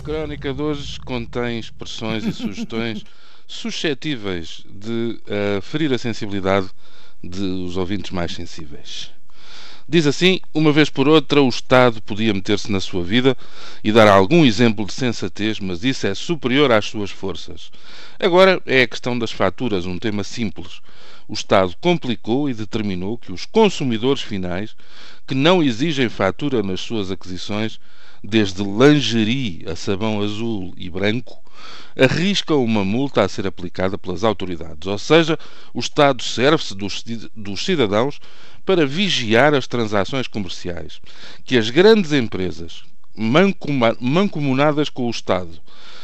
crónica de hoje contém expressões e sugestões suscetíveis de ferir a sensibilidade dos ouvintes mais sensíveis. Diz assim: uma vez por outra o Estado podia meter-se na sua vida e dar algum exemplo de sensatez, mas isso é superior às suas forças. Agora é a questão das faturas, um tema simples. O Estado complicou e determinou que os consumidores finais, que não exigem fatura nas suas aquisições, desde lingerie a sabão azul e branco, arriscam uma multa a ser aplicada pelas autoridades. Ou seja, o Estado serve-se dos cidadãos para vigiar as transações comerciais. Que as grandes empresas, mancomunadas com o Estado,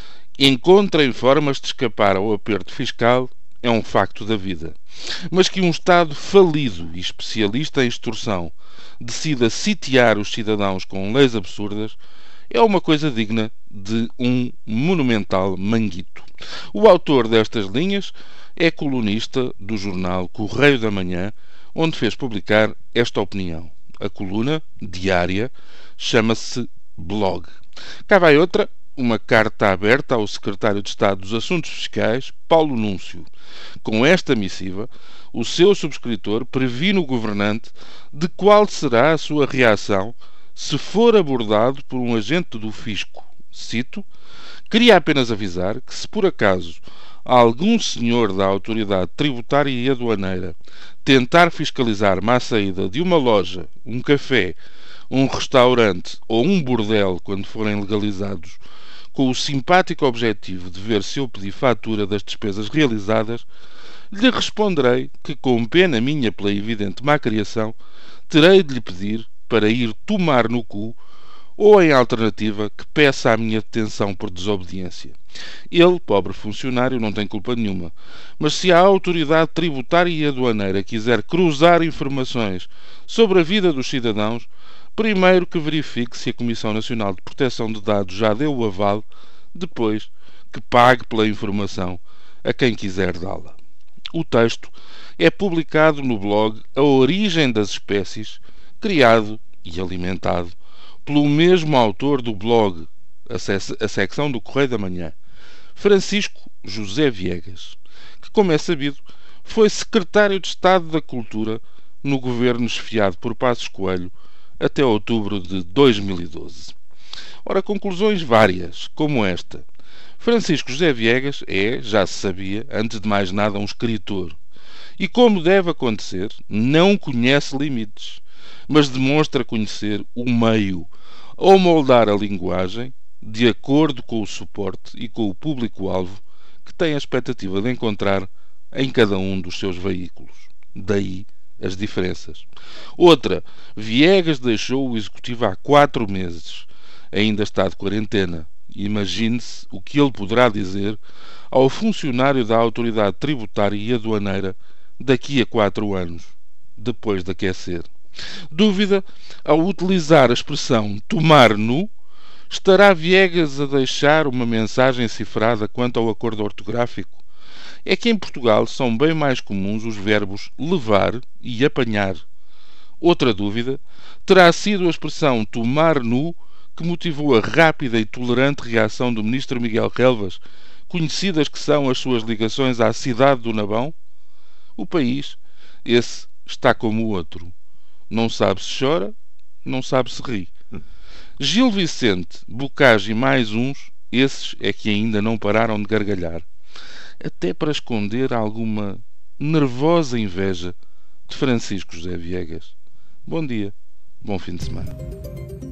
encontrem formas de escapar ao aperto fiscal é um facto da vida. Mas que um Estado falido e especialista em extorsão decida sitiar os cidadãos com leis absurdas é uma coisa digna de um monumental manguito. O autor destas linhas é colunista do jornal Correio da Manhã, onde fez publicar esta opinião. A coluna, diária, chama-se Blog. Cá vai outra, uma carta aberta ao secretário de Estado dos Assuntos Fiscais, Paulo Núncio. Com esta missiva, o seu subscritor previne o governante de qual será a sua reação se for abordado por um agente do fisco. Cito: queria apenas avisar que, se por acaso algum senhor da autoridade tributária e aduaneira tentar fiscalizar-me à saída de uma loja, um café, um restaurante ou um bordel quando forem legalizados, com o simpático objetivo de ver se eu pedi fatura das despesas realizadas, lhe responderei que, com pena minha pela evidente má criação, terei de lhe pedir para ir tomar no cu, ou, em alternativa, que peça a minha detenção por desobediência. Ele, pobre funcionário, não tem culpa nenhuma. Mas se a autoridade tributária e aduaneira quiser cruzar informações sobre a vida dos cidadãos, primeiro que verifique se a Comissão Nacional de Proteção de Dados já deu o aval, depois que pague pela informação a quem quiser dá-la. O texto é publicado no blog A Origem das Espécies, criado e alimentado pelo mesmo autor do blog, a secção do Correio da Manhã, Francisco José Viegas, que, como é sabido, foi secretário de Estado da Cultura no governo esfiado por Passos Coelho até outubro de 2012. Ora, conclusões várias, como esta. Francisco José Viegas é, já se sabia, antes de mais nada, um escritor. E, como deve acontecer, não conhece limites, mas demonstra conhecer o meio, ao moldar a linguagem de acordo com o suporte e com o público-alvo que tem a expectativa de encontrar em cada um dos seus veículos. Daí as diferenças. Outra, Viegas deixou o Executivo há 4 meses. Ainda está de quarentena. Imagine-se o que ele poderá dizer ao funcionário da autoridade tributária e aduaneira daqui a 4 anos, depois de aquecer. Dúvida ao utilizar a expressão tomar nu, estará Viegas a deixar uma mensagem cifrada quanto ao acordo ortográfico? É que em Portugal são bem mais comuns os verbos levar e apanhar. Outra dúvida, terá sido a expressão tomar nu que motivou a rápida e tolerante reação do ministro Miguel Relvas, conhecidas que são as suas ligações à cidade do Nabão? O país, esse, está como o outro. Não sabe se chora, não sabe se ri. Gil Vicente, Bocage e mais uns, esses é que ainda não pararam de gargalhar, até para esconder alguma nervosa inveja de Francisco José Viegas. Bom dia, bom fim de semana.